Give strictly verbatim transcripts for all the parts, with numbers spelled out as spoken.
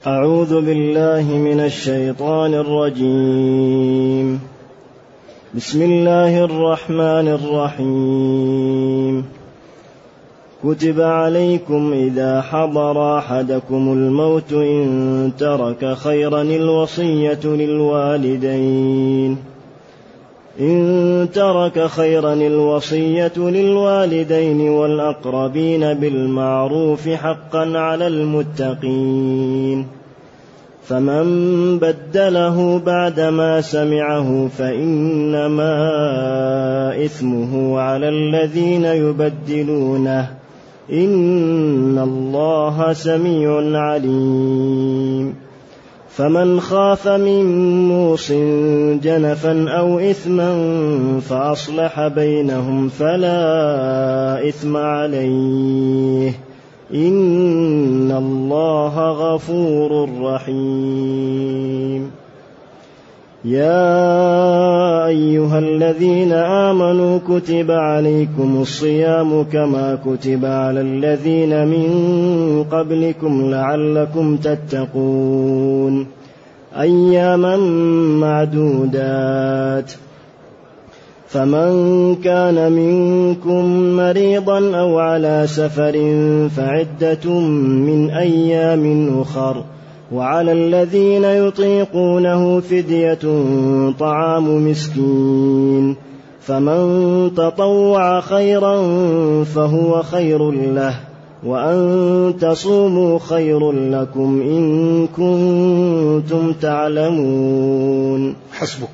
أعوذ بالله من الشيطان الرجيم. بسم الله الرحمن الرحيم. كتب عليكم إذا حضر أحدكم الموت إن ترك خيرا الوصية للوالدين إن ترك خيرا الوصية للوالدين والأقربين بالمعروف حقا على المتقين. فمن بدله بعدما سمعه فإنما إثمه على الذين يبدلونه إن الله سميع عليم. فمن خاف من موص جنفا أو إثما فأصلح بينهم فلا إثم عليه إن الله غفور رحيم. يا أيها الذين آمنوا كتب عليكم الصيام كما كتب على الذين من قبلكم لعلكم تتقون أياما معدودات. فمن كان منكم مريضا أو على سفر فعدة من أيام أخر وعلى الذين يطيقونه فدية طعام مسكين فمن تطوع خيرا فهو خير له وأن تصوموا خير لكم إن كنتم تعلمون. حسبك.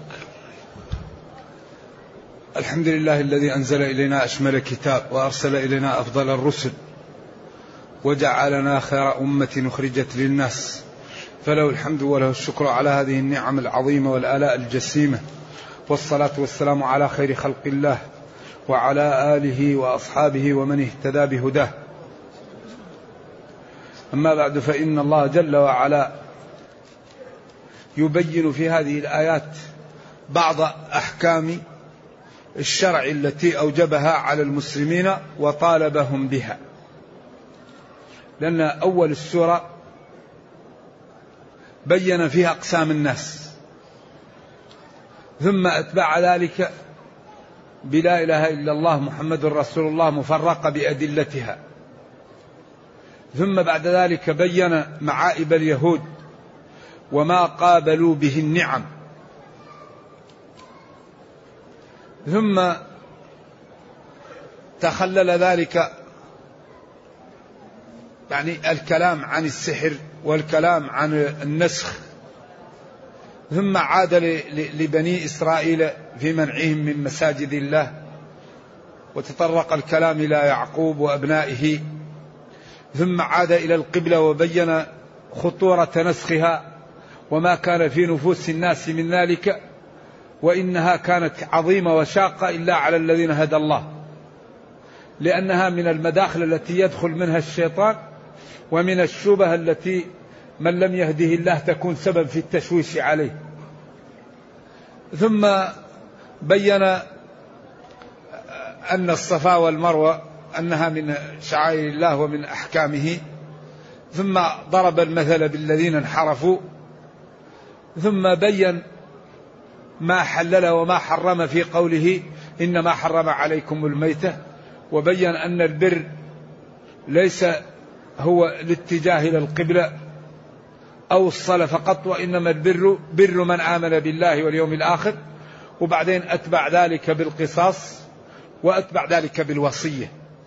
الحمد لله الذي أنزل إلينا أشمل كتاب وأرسل إلينا أفضل الرسل وجعلنا خير أمة أخرجت للناس، فله الحمد وله الشكر على هذه النعم العظيمة والآلاء الجسيمة، والصلاة والسلام على خير خلق الله وعلى آله وأصحابه ومن اهتدى بهداه. أما بعد، فإن الله جل وعلا يبين في هذه الآيات بعض أحكام الشرع التي أوجبها على المسلمين وطالبهم بها، لأن أول السورة بين فيها أقسام الناس، ثم أتبع ذلك بلا إله إلا الله محمد رسول الله مفرقة بأدلتها، ثم بعد ذلك بين معائب اليهود وما قابلوا به النعم، ثم تخلل ذلك يعني الكلام عن السحر والكلام عن النسخ، ثم عاد لبني إسرائيل في منعهم من مساجد الله، وتطرق الكلام إلى يعقوب وأبنائه، ثم عاد إلى القبلة وبين خطورة نسخها وما كان في نفوس الناس من ذلك، وإنها كانت عظيمة وشاقة إلا على الذين هدى الله، لأنها من المداخل التي يدخل منها الشيطان ومن الشبه التي من لم يهده الله تكون سبب في التشويش عليه. ثم بين أن الصفا والمروة أنها من شعائر الله ومن أحكامه، ثم ضرب المثل بالذين انحرفوا، ثم بين ما حلل وما حرم في قوله إنما حرم عليكم الميتة، وبين أن البر ليس هو الاتجاه إلى القبلة أو الصلاة فقط، وإنما البر بر من آمن بالله واليوم الآخر، وبعدين أتبع ذلك بالقصاص وأتبع ذلك بالوصية.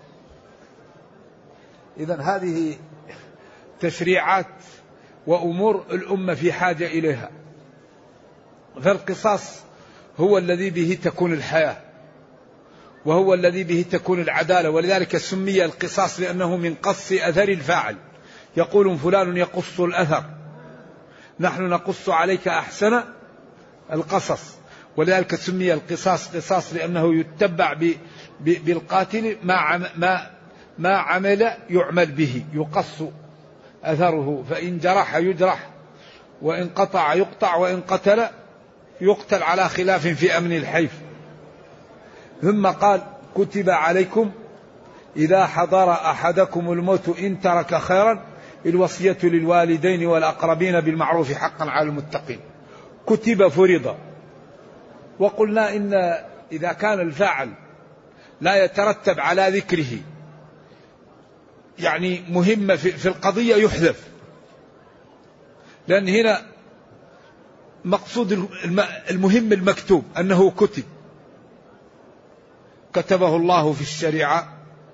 إذن هذه تشريعات وأمور الأمة في حاجة إليها، فالقصاص هو الذي به تكون الحياة وهو الذي به تكون العدالة، ولذلك سمي القصاص لأنه من قص أثر الفاعل، يقول فلان يقص الأثر، نحن نقص عليك أحسن القصص، ولذلك سمي القصاص قصاص لأنه يتبع بالقاتل ما ما ما عمل يعمل به، يقص أثره، فإن جرح يجرح وإن قطع يقطع وإن قتل يقتل على خلاف في أمن الحيف. ثم قال كتب عليكم إذا حضر أحدكم الموت إن ترك خيرا الوصية للوالدين والأقربين بالمعروف حقا على المتقين. كتب فرض. وقلنا إن إذا كان الفاعل لا يترتب على ذكره يعني مهمة في القضية يحذف، لأن هنا مقصود المهم المكتوب أنه كتب، كتبه الله في الشريعة.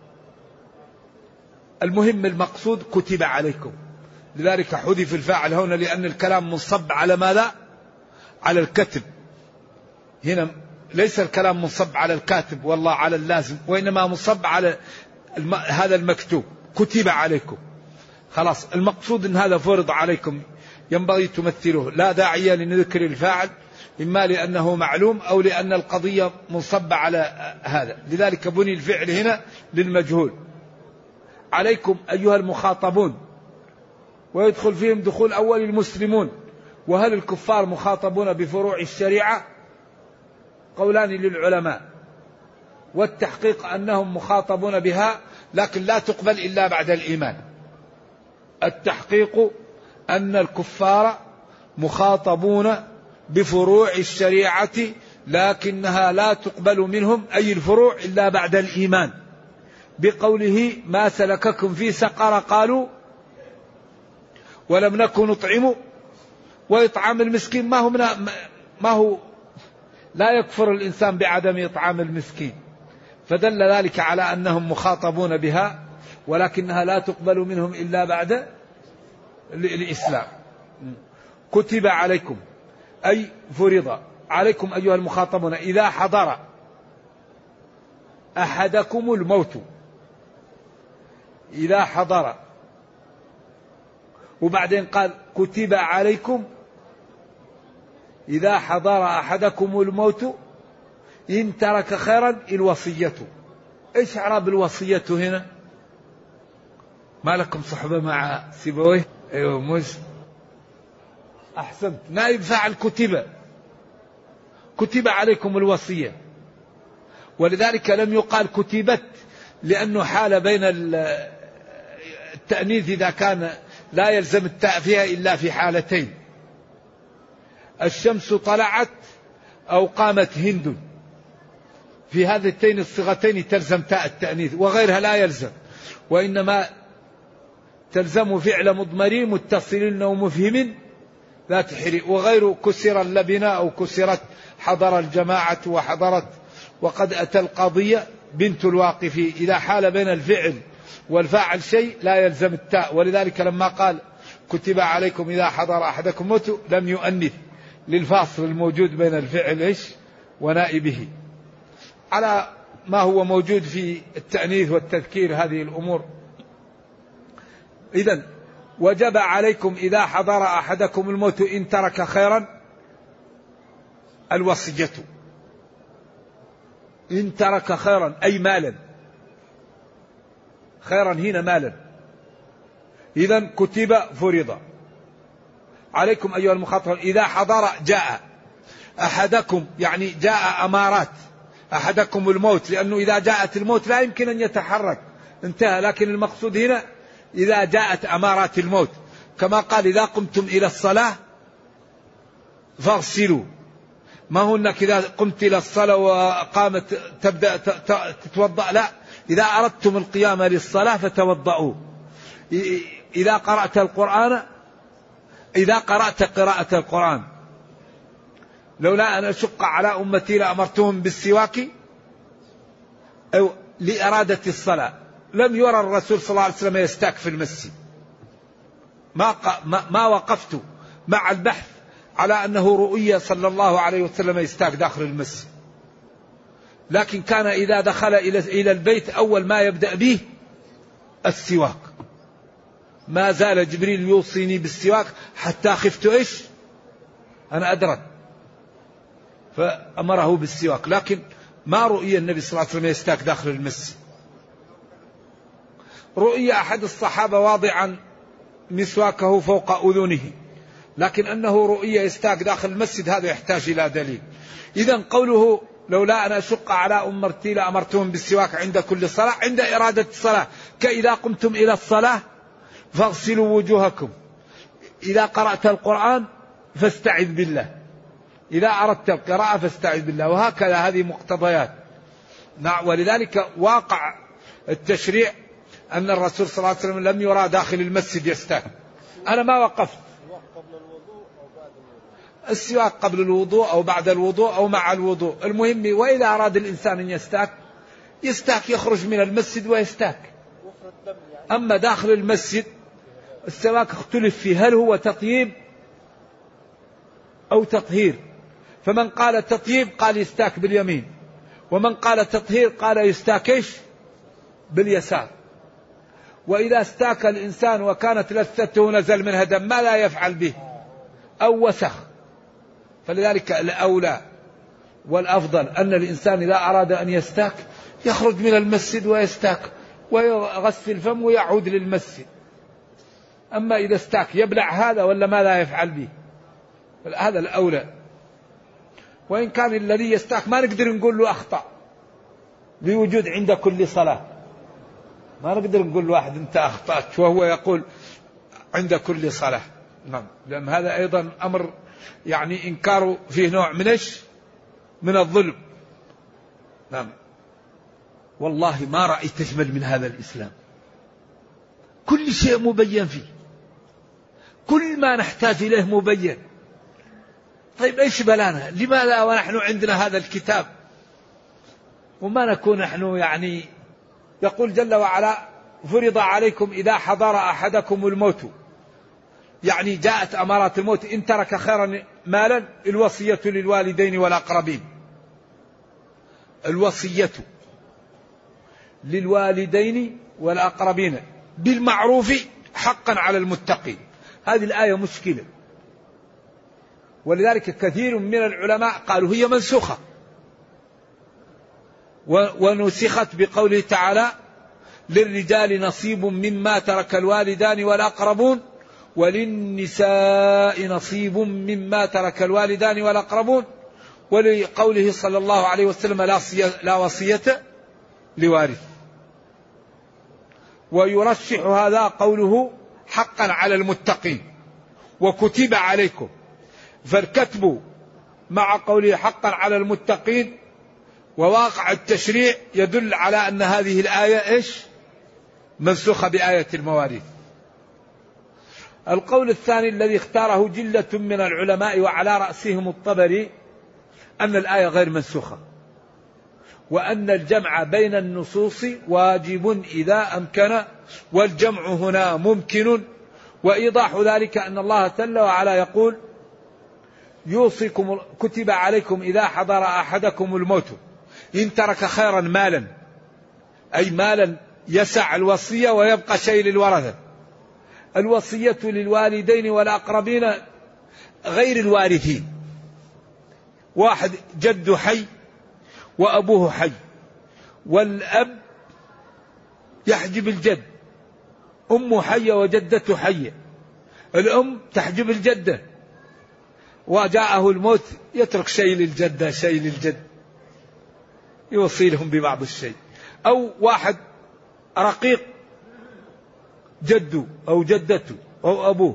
المهم المقصود كتب عليكم، لذلك حذف الفاعل هنا لأن الكلام منصب على ماذا؟ على الكتب. هنا ليس الكلام منصب على الكاتب والله على اللازم، وإنما منصب على الم... هذا المكتوب كتب عليكم. خلاص المقصود أن هذا فرض عليكم ينبغي تمثله، لا داعي لنذكر الفاعل إما لأنه معلوم أو لأن القضية منصبة على هذا، لذلك بني الفعل هنا للمجهول. عليكم أيها المخاطبون، ويدخل فيهم دخول أول المسلمون. وهل الكفار مخاطبون بفروع الشريعة؟ قولان للعلماء، والتحقيق أنهم مخاطبون بها لكن لا تقبل إلا بعد الإيمان. التحقيق أن الكفار مخاطبون بفروع الشريعة لكنها لا تقبل منهم أي الفروع إلا بعد الإيمان، بقوله ما سلككم في سقر قالوا ولم نكن نطعم. وإطعام المسكين ما هو ما هو لا يكفر الإنسان بعدم إطعام المسكين، فدل ذلك على أنهم مخاطبون بها ولكنها لا تقبل منهم إلا بعد الإسلام. كتب عليكم أي فرض عليكم أيها المخاطبون إذا حضر أحدكم الموت. إذا حضر، وبعدين قال كتب عليكم إذا حضر أحدكم الموت إن ترك خيرا الوصية. إيش إعراب الوصية هنا؟ ما لكم صحبة مع سيبويه؟ أيوه مش أحسنت، نائب فاعل كتب. كتب عليكم الوصية، ولذلك لم يقال كتبت لأنه حال بين التأنيث إذا كان لا يلزم التاء فيها إلا في حالتين: الشمس طلعت أو قامت هند، في هذتين الصيغتين تلزم تاء التأنيث، وغيرها لا يلزم، وإنما تلزم فعل مضمري متصل أو مفهم لا تحري. وغير كسر اللبنة أو كسرت حضر الجماعة وحضرت وقد أتى القضية بنت الواقف. إذا حال بين الفعل والفاعل شيء لا يلزم التاء، ولذلك لما قال كتب عليكم إذا حضر أحدكم موت لم يؤنث للفاصل الموجود بين الفعل إيش ونائبه، على ما هو موجود في التأنيث والتذكير هذه الأمور. إذن وجب عليكم إذا حضر أحدكم الموت إن ترك خيرا الوصية. إن ترك خيرا أي مالا، خيرا هنا مالا. إذن كتب فرض عليكم أيها المخاطبون إذا حضر جاء أحدكم، يعني جاء أمارات أحدكم الموت، لأنه إذا جاءت الموت لا يمكن أن يتحرك انتهى، لكن المقصود هنا إذا جاءت أمارات الموت، كما قال إذا قمتم إلى الصلاة فاغسلوا. ما هو أنك إذا قمت إلى الصلاة وقامت تبدأ تتوضأ، لا، إذا أردتم القيام للصلاة فتوضأوا. إذا قرأت القرآن، إذا قرأت قراءة القرآن، لولا أن أشق على أمتي لأمرتهم بالسواك أو لإرادة الصلاة. لم يرى الرسول صلى الله عليه وسلم يستاك في المسجد، ما, ما, ما وقفت مع البحث على أنه رؤية صلى الله عليه وسلم يستاك داخل المسجد، لكن كان إذا دخل إلى البيت أول ما يبدأ به السواك. ما زال جبريل يوصيني بالسواك حتى خفت إيش أنا أدرك، فأمره بالسواك، لكن ما رؤية النبي صلى الله عليه وسلم يستاك داخل المسجد. رؤية أحد الصحابة واضعا مسواكه فوق أذنه، لكن أنه رؤية يستاك داخل المسجد هذا يحتاج إلى دليل. إذن قوله لولا أن أشق على أمتي لأمرتهم بالسواك عند كل صلاة، عند إرادة الصلاة، كإذا قمتم إلى الصلاة فاغسلوا وجوهكم، إذا قرأت القرآن فاستعذ بالله، إذا أردت القراءة فاستعذ بالله، وهكذا هذه مقتضيات. ولذلك واقع التشريع أن الرسول صلى الله عليه وسلم لم يرى داخل المسجد يستاك. أنا ما وقفت. السواك قبل الوضوء أو بعد الوضوء أو مع الوضوء، المهم وإذا أراد الإنسان أن يستاك يستاك، يخرج من المسجد ويستاك. أما داخل المسجد السواك اختلف فيه، هل هو تطيب أو تطهير؟ فمن قال تطيب قال يستاك باليمين، ومن قال تطهير قال يستاكش باليسار. وإذا استاك الإنسان وكانت لثته نزل منها دم ما لا يفعل به أو وسخ. فلذلك الأولى والأفضل أن الإنسان إذا أراد أن يستاك يخرج من المسجد ويستاك ويغسل فمه ويعود للمسجد. أما إذا استاك يبلع هذا ولا ما لا يفعل به، هذا الأولى. وإن كان الذي يستاك ما نقدر نقول له أخطأ بوجود عند كل صلاة، ما نقدر نقول واحد أنت أخطأت وهو يقول عند كل صلاة. نعم، لأن هذا أيضا أمر يعني إنكاره فيه نوع من إيش؟ من الظلم. نعم، والله ما رأيت أجمل من هذا الإسلام، كل شيء مبين فيه، كل ما نحتاج إليه مبين. طيب إيش بلانا؟ لماذا ونحن عندنا هذا الكتاب وما نكون نحن يعني؟ يقول جل وعلا فرض عليكم إذا حضر أحدكم الموت، يعني جاءت أمارات الموت، إن ترك خيرا مالا الوصية للوالدين والأقربين. الوصية للوالدين والأقربين بالمعروف حقا على المتقين. هذه الآية مشكلة، ولذلك كثير من العلماء قالوا هي منسوخة، ونسخت بقوله تعالى للرجال نصيب مما ترك الوالدان والأقربون وللنساء نصيب مما ترك الوالدان والأقربون، ولقوله صلى الله عليه وسلم لا وصية لوارث. ويرشح هذا قوله حقا على المتقين وكتب عليكم، فالكتب مع قوله حقا على المتقين وواقع التشريع يدل على أن هذه الآية إيش؟ منسوخة بآية المواريث. القول الثاني الذي اختاره جلة من العلماء وعلى رأسهم الطبري أن الآية غير منسوخة، وأن الجمع بين النصوص واجب إذا أمكن، والجمع هنا ممكن. وإيضاح ذلك أن الله جل وعلا يقول يوصيكم كتب عليكم إذا حضر أحدكم الموت إن ترك خيرا مالا، أي مالا يسع الوصية ويبقى شيء للورثة. الوصية للوالدين والأقربين غير الوارثين، واحد جد حي وأبوه حي، والأب يحجب الجد، أمه حية وجدته حية، الأم تحجب الجدة، وجاءه الموت يترك شيء للجدة شيء للجد يوصي لهم ببعض الشيء. أو واحد رقيق جده أو جدته أو أبوه،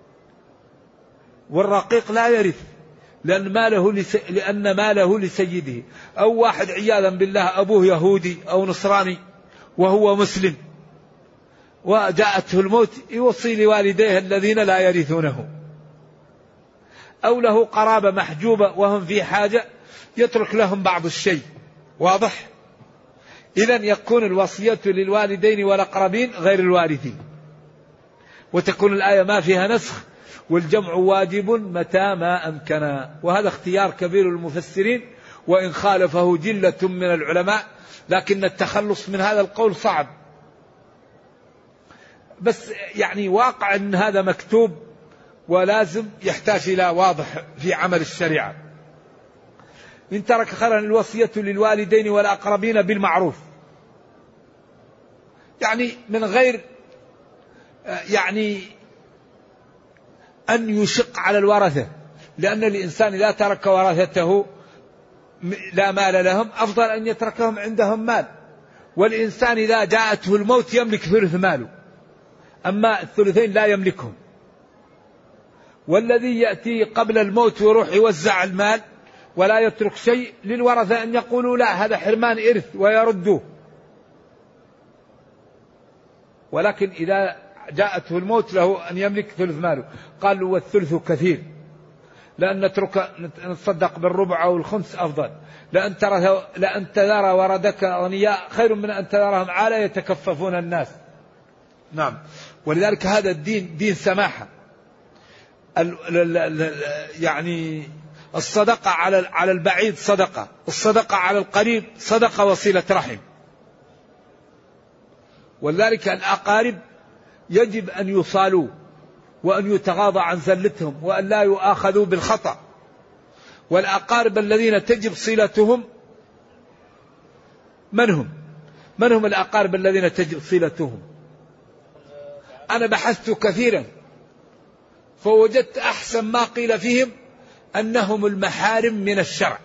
والرقيق لا يرث لأن ماله لس... لأن ماله لسيده. أو واحد عياذا بالله أبوه يهودي أو نصراني وهو مسلم وجاءته الموت يوصي لوالديه الذين لا يرثونه. أو له قرابة محجوبة وهم في حاجة يترك لهم بعض الشيء. واضح؟ إذن يكون الوصية للوالدين والأقربين غير الوارثين، وتكون الآية ما فيها نسخ، والجمع واجب متى ما أمكن. وهذا اختيار كبير المفسرين وإن خالفه جلة من العلماء، لكن التخلص من هذا القول صعب. بس يعني واقع أن هذا مكتوب ولازم يحتاج إلى واضح في عمل الشريعة. إن ترك خيرا الوصية للوالدين والأقربين بالمعروف، يعني من غير يعني أن يشق على الورثة، لأن الإنسان إذا ترك ورثته لا مال لهم أفضل أن يتركهم عندهم مال. والإنسان إذا جاءته الموت يملك ثلث ماله، أما الثلثين لا يملكهم. والذي يأتي قبل الموت ويروح يوزع المال ولا يترك شيء للورثة أن يقولوا لا هذا حرمان إرث ويردوه. ولكن إذا جاءته الموت له أن يملك ثلث ماله. قالوا والثلث كثير، لأن نترك نتصدق بالربع أو الخمس أفضل، لأن ترى لأن تذر وردك أغنياء خير من أن تذرهم عالة يتكففون الناس. نعم. ولذلك هذا الدين دين سماحة. يعني الصدقة على على البعيد صدقة، الصدقة على القريب صدقة وصلة رحم. ولذلك الأقارب يجب أن يصالوا وأن يتغاضى عن زلتهم وأن لا يؤاخذوا بالخطأ. والأقارب الذين تجب صلتهم من هم؟ من هم الأقارب الذين تجب صلتهم؟ أنا بحثت كثيرا فوجدت أحسن ما قيل فيهم أنهم المحارم من الشرع.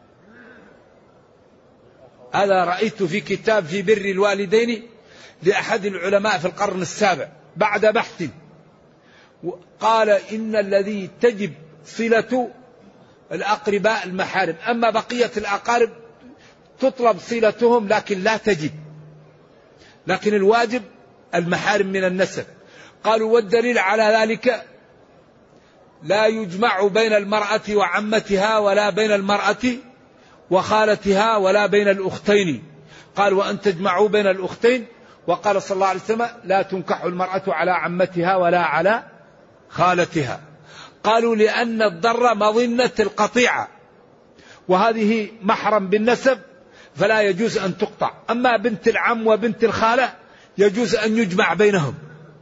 هذا رأيت في كتاب في بر الوالدين لأحد العلماء في القرن السابع بعد بحث، قال إن الذي تجب صلة الأقرباء المحارم، أما بقية الأقارب تطلب صلتهم لكن لا تجب، لكن الواجب المحارم من النسب. قالوا والدليل على ذلك لا يجمع بين المرأة وعمتها ولا بين المرأة وخالتها ولا بين الأختين. قال وأن تجمعوا بين الأختين، وقال صلى الله عليه وسلم لا تنكح المرأة على عمتها ولا على خالتها. قالوا لأن الضر مظنة القطيعة، وهذه محرم بالنسب فلا يجوز أن تقطع. أما بنت العم وبنت الخالة يجوز أن يجمع بينهم.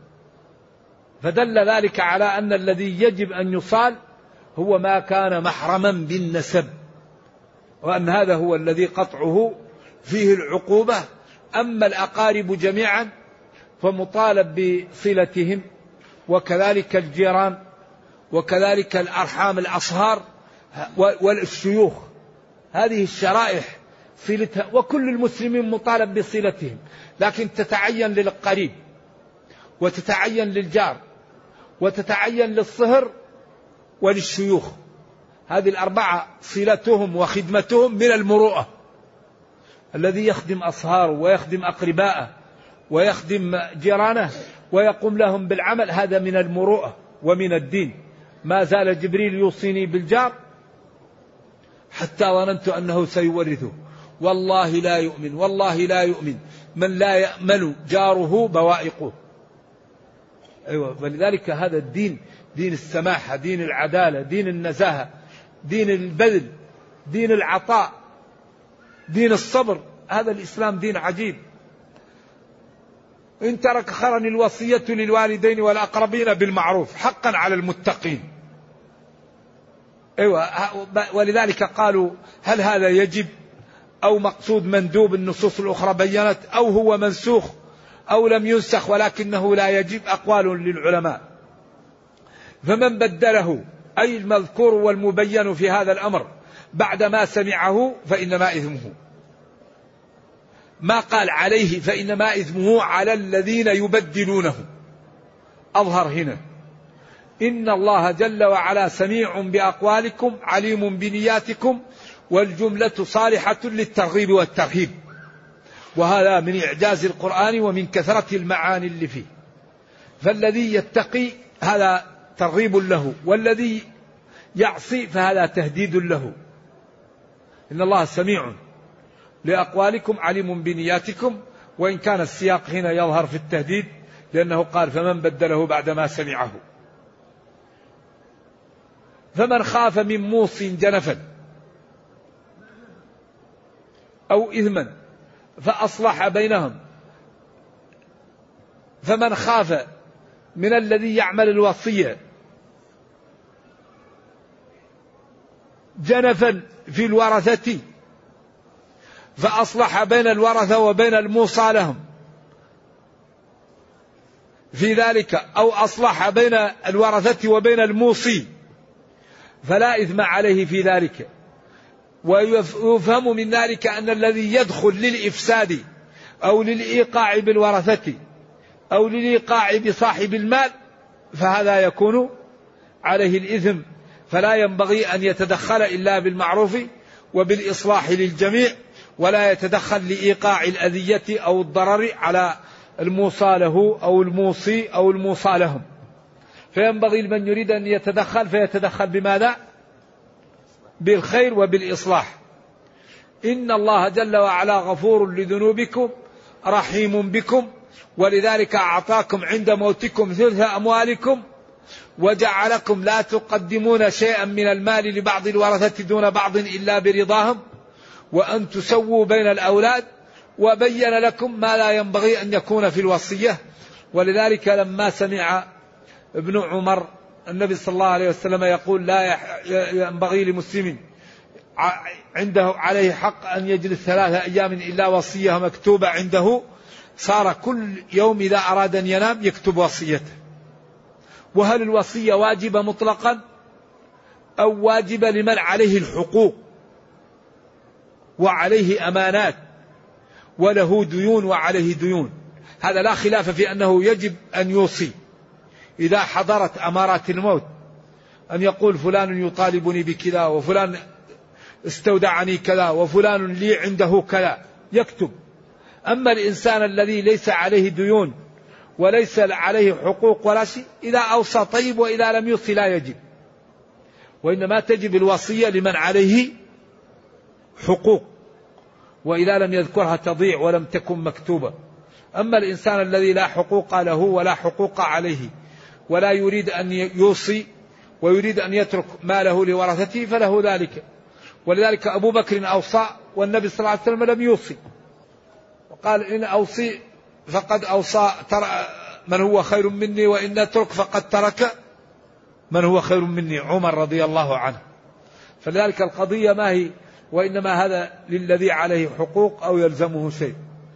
فدل ذلك على أن الذي يجب أن يصال هو ما كان محرما بالنسب، وأن هذا هو الذي قطعه فيه العقوبة. أما الأقارب جميعا فمطالب بصلتهم، وكذلك الجيران، وكذلك الأرحام الأصهار والشيوخ، هذه الشرائح صلتها، وكل المسلمين مطالب بصلتهم، لكن تتعين للقريب وتتعين للجار وتتعين للصهر وللشيوخ. هذه الأربعة صلتهم وخدمتهم من المروءة. الذي يخدم أصهاره ويخدم أقرباءه ويخدم جيرانه ويقوم لهم بالعمل هذا من المروءة ومن الدين. ما زال جبريل يوصيني بالجار حتى ظننت أنه سيورثه. والله لا يؤمن والله لا يؤمن من لا يأمن جاره بوائقه. أيوة. ولذلك هذا الدين دين السماحة، دين العدالة، دين النزاهة، دين البذل، دين العطاء، دين الصبر. هذا الإسلام دين عجيب. إن ترك خيرا الوصية للوالدين والأقربين بالمعروف حقا على المتقين. أيوة. ولذلك قالوا هل هذا يجب أو مقصود مندوب؟ النصوص الأخرى بيّنت أو هو منسوخ أو لم ينسخ ولكنه لا يجب، أقوال للعلماء. فمن بدله أي المذكور والمبين في هذا الأمر بعدما سمعه فإنما إثمه. ما قال عليه فإنما إثمه على الذين يبدلونه. أظهر هنا إن الله جل وعلا سميع بأقوالكم عليم بنياتكم، والجملة صالحة للترغيب والترهيب. وهذا من إعجاز القرآن ومن كثرة المعاني اللي فيه. فالذي يتقي هذا ترغيب له، والذي يعصي فهذا تهديد له. إن الله سميع لأقوالكم عليم بنياتكم، وإن كان السياق هنا يظهر في التهديد لأنه قال فمن بدله بعدما سمعه. فمن خاف من موص جنفا أو إثما فأصلح بينهم. فمن خاف من الذي يعمل الوصية جنفا في الورثة فأصلح بين الورثة وبين الموصى لهم في ذلك، أو أصلح بين الورثة وبين الموصي فلا إثم عليه في ذلك. ويفهم من ذلك أن الذي يدخل للإفساد أو للإيقاع بالورثة أو للإيقاع بصاحب المال فهذا يكون عليه الإثم، فلا ينبغي أن يتدخل إلا بالمعروف وبالإصلاح للجميع، ولا يتدخل لإيقاع الأذية أو الضرر على الموصى له أو الموصي أو الموصى لهم. فينبغي لمن يريد أن يتدخل فيتدخل بماذا؟ بالخير وبالإصلاح. إن الله جل وعلا غفور لذنوبكم رحيم بكم، ولذلك أعطاكم عند موتكم ثلث أموالكم وجعلكم لا تقدمون شيئا من المال لبعض الورثة دون بعض إلا برضاهم، وأن تسووا بين الأولاد، وبين لكم ما لا ينبغي أن يكون في الوصية. ولذلك لما سمع ابن عمر النبي صلى الله عليه وسلم يقول لا ينبغي لمسلم عنده عليه حق أن يجلس ثلاثة أيام إلا وصية مكتوبة عنده، صار كل يوم إذا أراد أن ينام يكتب وصيته. وهل الوصية واجبة مطلقا أو واجبة لمن عليه الحقوق وعليه أمانات وله ديون وعليه ديون؟ هذا لا خلاف في أنه يجب أن يوصي إذا حضرت أمارات الموت، أن يقول فلان يطالبني بكذا، وفلان استودعني كذا، وفلان لي عنده كذا، يكتب. أما الإنسان الذي ليس عليه ديون وليس عليه حقوق ولا شيء، إذا أوصى طيب، وإذا لم يوصي لا يجب. وإنما تجب الوصية لمن عليه حقوق، وإذا لم يذكرها تضيع ولم تكن مكتوبة. أما الإنسان الذي لا حقوق له ولا حقوق عليه ولا يريد أن يوصي ويريد أن يترك ماله لورثته فله ذلك. ولذلك أبو بكر أوصى والنبي صلى الله عليه وسلم لم يوصي، وقال إن أوصي فقد أوصى من هو خير مني، وإن أترك فقد ترك من هو خير مني، عمر رضي الله عنه. فلذلك القضية ما هي، وإنما هذا للذي عليه حقوق أو يلزمه شيء.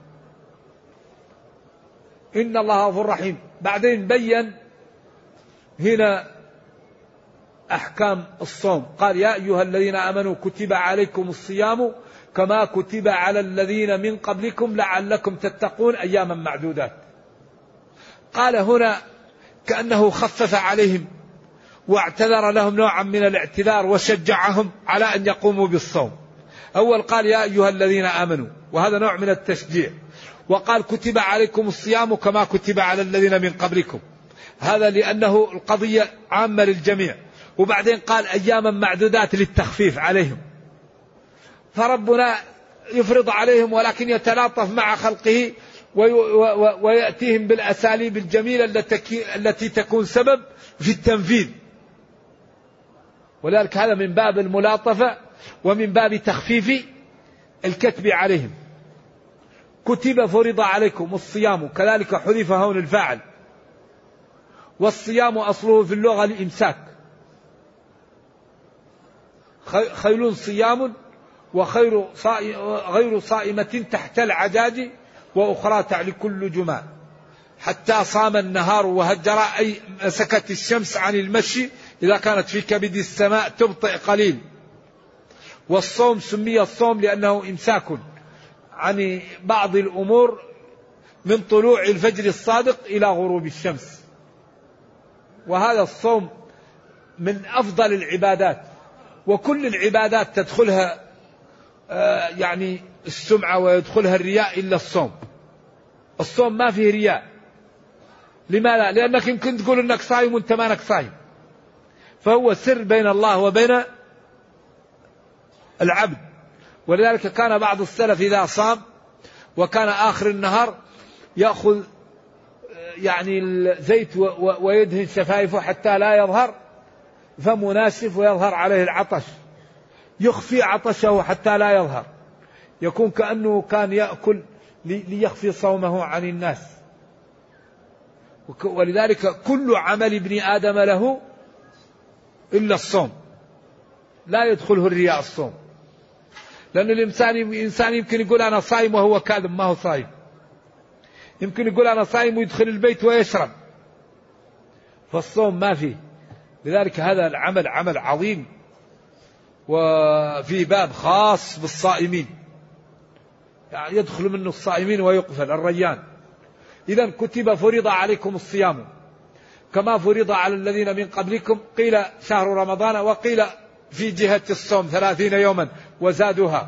إن الله غفور رحيم. بعدين بين هنا أحكام الصوم، قال يا أيها الذين آمنوا كتب عليكم الصيام كما كتب على الذين من قبلكم لعلكم تتقون أياما معدودات. قال هنا كأنه خفف عليهم واعتذر لهم نوعا من الاعتذار وشجعهم على أن يقوموا بالصوم. أول قال يا أيها الذين آمنوا، وهذا نوع من التشجيع، وقال كتب عليكم الصيام كما كتب على الذين من قبلكم، هذا لأنه القضية عامة للجميع. وبعدين قال أياما معدودات للتخفيف عليهم. فربنا يفرض عليهم ولكن يتلاطف مع خلقه ويأتيهم بالأساليب الجميلة التي تكون سبب في التنفيذ. ولذلك هذا من باب الملاطفة ومن باب تخفيف الكتب عليهم. كتب فرض عليكم الصيام، كذلك حذف هون الفاعل. والصيام أصله في اللغة الإمساك، خيل صيام وخير غير صائمة تحت العجاج وأخرى تعلي كل جماع، حتى صام النهار وهجر، أي مسكت الشمس عن المشي إذا كانت في كبد السماء تبطئ قليل. والصوم سمي الصوم لأنه إمساك عن بعض الأمور من طلوع الفجر الصادق إلى غروب الشمس. وهذا الصوم من أفضل العبادات، وكل العبادات تدخلها يعني السمعة ويدخلها الرياء إلا الصوم. الصوم ما فيه رياء. لماذا؟ لأنك يمكن تقول أنك صايم وانت مانك صايم، فهو سر بين الله وبين العبد. ولذلك كان بعض السلف إذا صام وكان آخر النهار يأخذ يعني الزيت ويدهن شفايفه حتى لا يظهر فمه ناشف ويظهر عليه العطش، يخفي عطشه حتى لا يظهر، يكون كأنه كان يأكل ليخفي صومه عن الناس. ولذلك كل عمل ابن آدم له إلا الصوم، لا يدخله الرياء الصوم. لأن الإنسان يمكن يقول أنا صائم وهو كاذب، ما هو صائم. يمكن يقول أنا صائم ويدخل البيت ويشرب، فالصوم ما فيه. لذلك هذا العمل عمل عظيم، وفي باب خاص بالصائمين، يعني يدخل منه الصائمين ويقفل الريان. إذن كتب فرض عليكم الصيام كما فرض على الذين من قبلكم، قيل شهر رمضان وقيل في جهة الصوم ثلاثين يوما وزادوها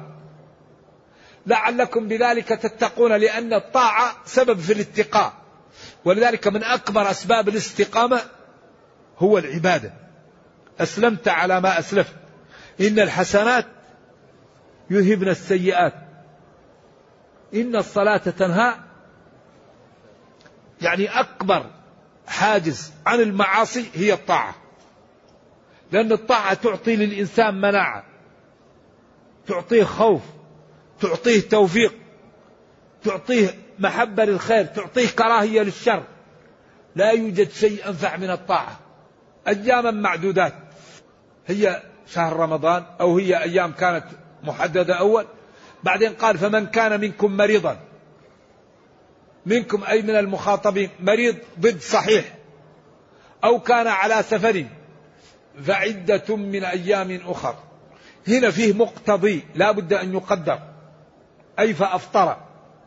لعلكم بذلك تتقون، لأن الطاعة سبب في الاتقاء، ولذلك من أكبر أسباب الاستقامة هو العبادة. أسلمت على ما أسلفت، إن الحسنات يذهبن السيئات، إن الصلاة تنهى. يعني أكبر حاجز عن المعاصي هي الطاعة، لأن الطاعة تعطي للإنسان مناعة، تعطيه خوف، تعطيه توفيق، تعطيه محبة للخير، تعطيه كراهية للشر. لا يوجد شيء أنفع من الطاعة. أياما معدودات هي شهر رمضان، أو هي أيام كانت محددة أول، بعدين قال فمن كان منكم مريضا، منكم أي من المخاطبين، مريض ضد صحيح، أو كان على سفر فعدة من أيام أخر. هنا فيه مقتضي لا بد أن يقدر، أي فأفطر.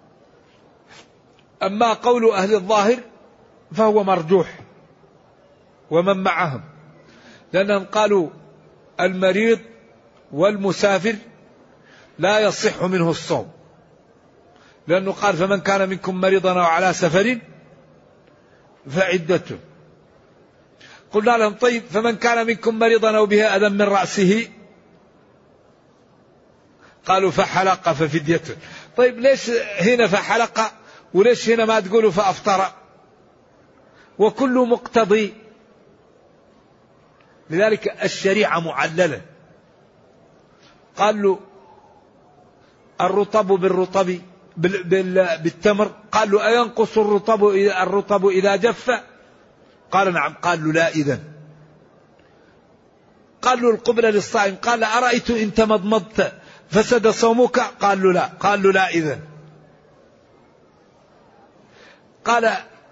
أما قول أهل الظاهر فهو مرجوح ومن معهم، لأنهم قالوا المريض والمسافر لا يصح منه الصوم، لأنه قال فمن كان منكم مريضا أو على سفر فعدة. قلنا لهم طيب فمن كان منكم مريضا أو به أذى من رأسه، قالوا فحلق ففدية. طيب ليش هنا فحلق وليش هنا ما تقولوا فأفطر؟ وكل مقتضي. لذلك الشريعة معللة. قال له الرطب بالرطب بالتمر، قال له أينقص الرطب الرطب إذا جف؟ قال نعم. قال له لا إذن. قال له القبلة للصائم، قال أرأيت إن تمضمضت فسد صومك؟ قال له لا. قال له لا إذن. قال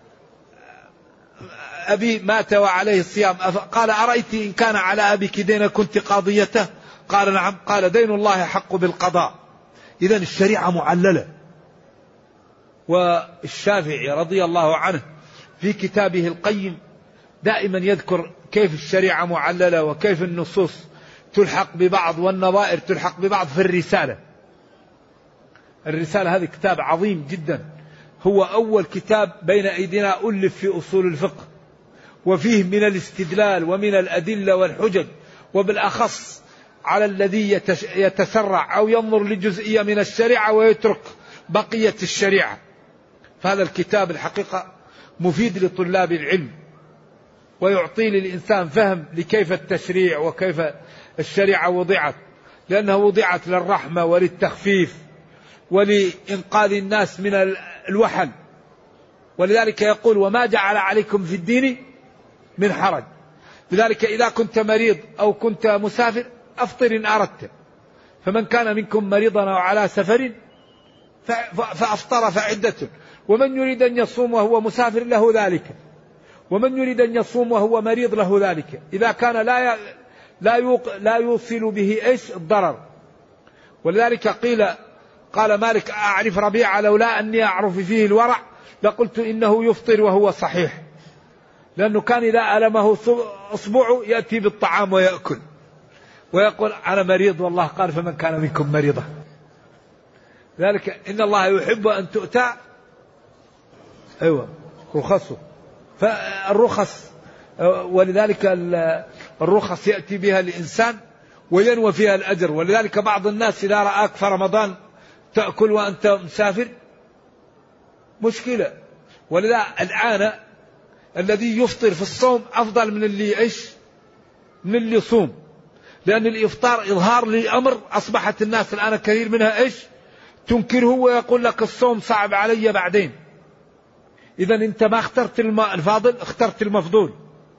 أبي مات وعليه الصيام، قال أرأيت إن كان على أبيك دين كنت قاضيته؟ قال نعم. قال دين الله حق بالقضاء. إذن الشريعة معللة. والشافعي رضي الله عنه في كتابه القيم دائما يذكر كيف الشريعة معللة وكيف النصوص تلحق ببعض والنظائر تلحق ببعض في الرسالة. الرسالة هذه كتاب عظيم جدا، هو أول كتاب بين أيدينا ألف في أصول الفقه، وفيه من الاستدلال ومن الأدلة والحجج، وبالأخص على الذي يتسرع أو ينظر لجزئية من الشريعة ويترك بقية الشريعة. فهذا الكتاب الحقيقة مفيد لطلاب العلم، ويعطي للإنسان فهم لكيف التشريع وكيف الشريعة وضعت، لأنها وضعت للرحمة وللتخفيف ولإنقاذ الناس من الوحل. ولذلك يقول وما جعل عليكم في الدين من حرج. لذلك إذا كنت مريض أو كنت مسافر أفطر إن أردت. فمن كان منكم مريضا أو على سفر فأفطر فعدة. ومن يريد أن يصوم وهو مسافر له ذلك، ومن يريد أن يصوم وهو مريض له ذلك، إذا كان لا لا يوق لا يوصل به إيش الضرر. ولذلك قيل قال مالك أعرف ربيعة لولا أني أعرف فيه الورع لقلت إنه يفطر وهو صحيح، لأنه كان إذا ألمه أصبعه يأتي بالطعام ويأكل ويقول أنا مريض والله قال فمن كان منكم مريضا. ذلك إن الله يحب أن تؤتى أيوة رخصه. فالرخص ولذلك الرخص يأتي بها الإنسان وينوى فيها الأجر. ولذلك بعض الناس إذا رآك في رمضان تأكل وأنت مسافر مشكلة. ولذا الآن الذي يفطر في الصوم أفضل من اللي يعيش من اللي يصوم، لأن الإفطار إظهار لأمر أصبحت الناس الآن كثير منها إيش تنكره ويقول لك الصوم صعب علي بعدين. إذا أنت ما اخترت الفاضل، اخترت المفضول.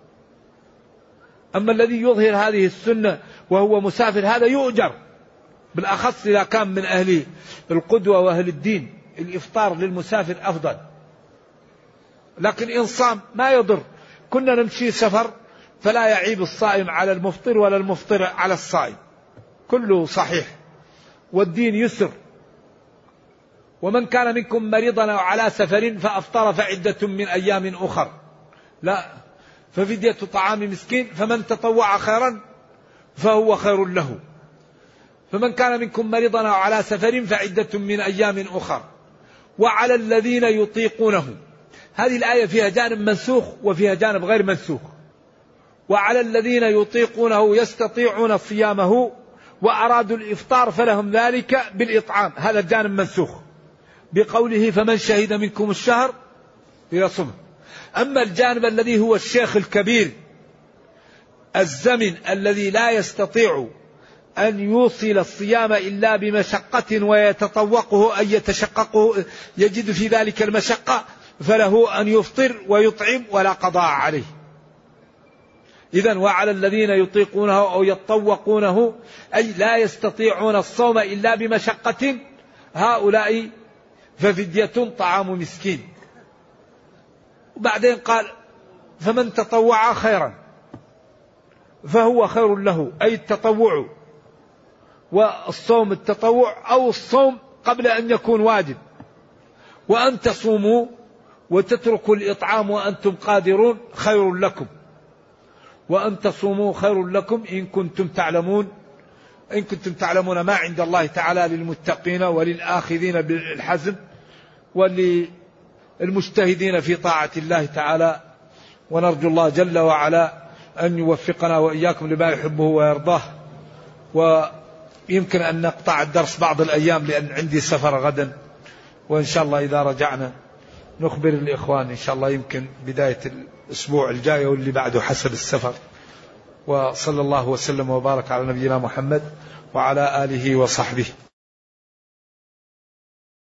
أما الذي يظهر هذه السنة وهو مسافر هذا يؤجر، بالأخص إذا كان من أهل القدوة وأهل الدين. الإفطار للمسافر أفضل، لكن إن صام ما يضر. كنا نمشي سفر فلا يعيب الصائم على المفطر ولا المفطر على الصائم، كله صحيح، والدين يسر. ومن كان منكم مريضا أو على سفر فأفطر فعدة من أيام أخر، لا، ففدية طعام مسكين، فمن تطوع خيرا فهو خير له. فمن كان منكم مريضا أو على سفر فعدة من أيام أخر وعلى الذين يطيقونه. هذه الآية فيها جانب منسوخ وفيها جانب غير منسوخ. وعلى الذين يطيقونه يستطيعون صيامه وأرادوا الإفطار فلهم ذلك بالإطعام، هذا الجانب منسوخ بقوله فمن شهد منكم الشهر يصوم. أما الجانب الذي هو الشيخ الكبير الزمن الذي لا يستطيع أن يوصل الصيام إلا بمشقة ويتطوقه أن يتشققه يجد في ذلك المشقة، فله أن يفطر ويطعم ولا قضاء عليه. إذن وعلى الذين يطيقونه أو يتطوقونه أي لا يستطيعون الصوم إلا بمشقة، هؤلاء ففدية طعام مسكين. وبعدين قال فمن تطوع خيرا فهو خير له، أي التطوع والصوم التطوع أو الصوم قبل أن يكون واجب. وأن تصوموا وتتركوا الإطعام وأنتم قادرون خير لكم، وأن تصوموا خير لكم إن كنتم تعلمون إن كنتم تعلمون ما عند الله تعالى للمتقين وللآخذين بالحزم وللمجتهدين في طاعة الله تعالى. ونرجو الله جل وعلا أن يوفقنا وإياكم لما يحبه ويرضاه. ويمكن أن نقطع الدرس بعض الأيام لأن عندي سفر غدا، وإن شاء الله إذا رجعنا نخبر الإخوان إن شاء الله يمكن بداية الأسبوع الجاي واللي بعده حسب السفر. وصلى الله وسلم وبارك على نبينا محمد وعلى آله وصحبه.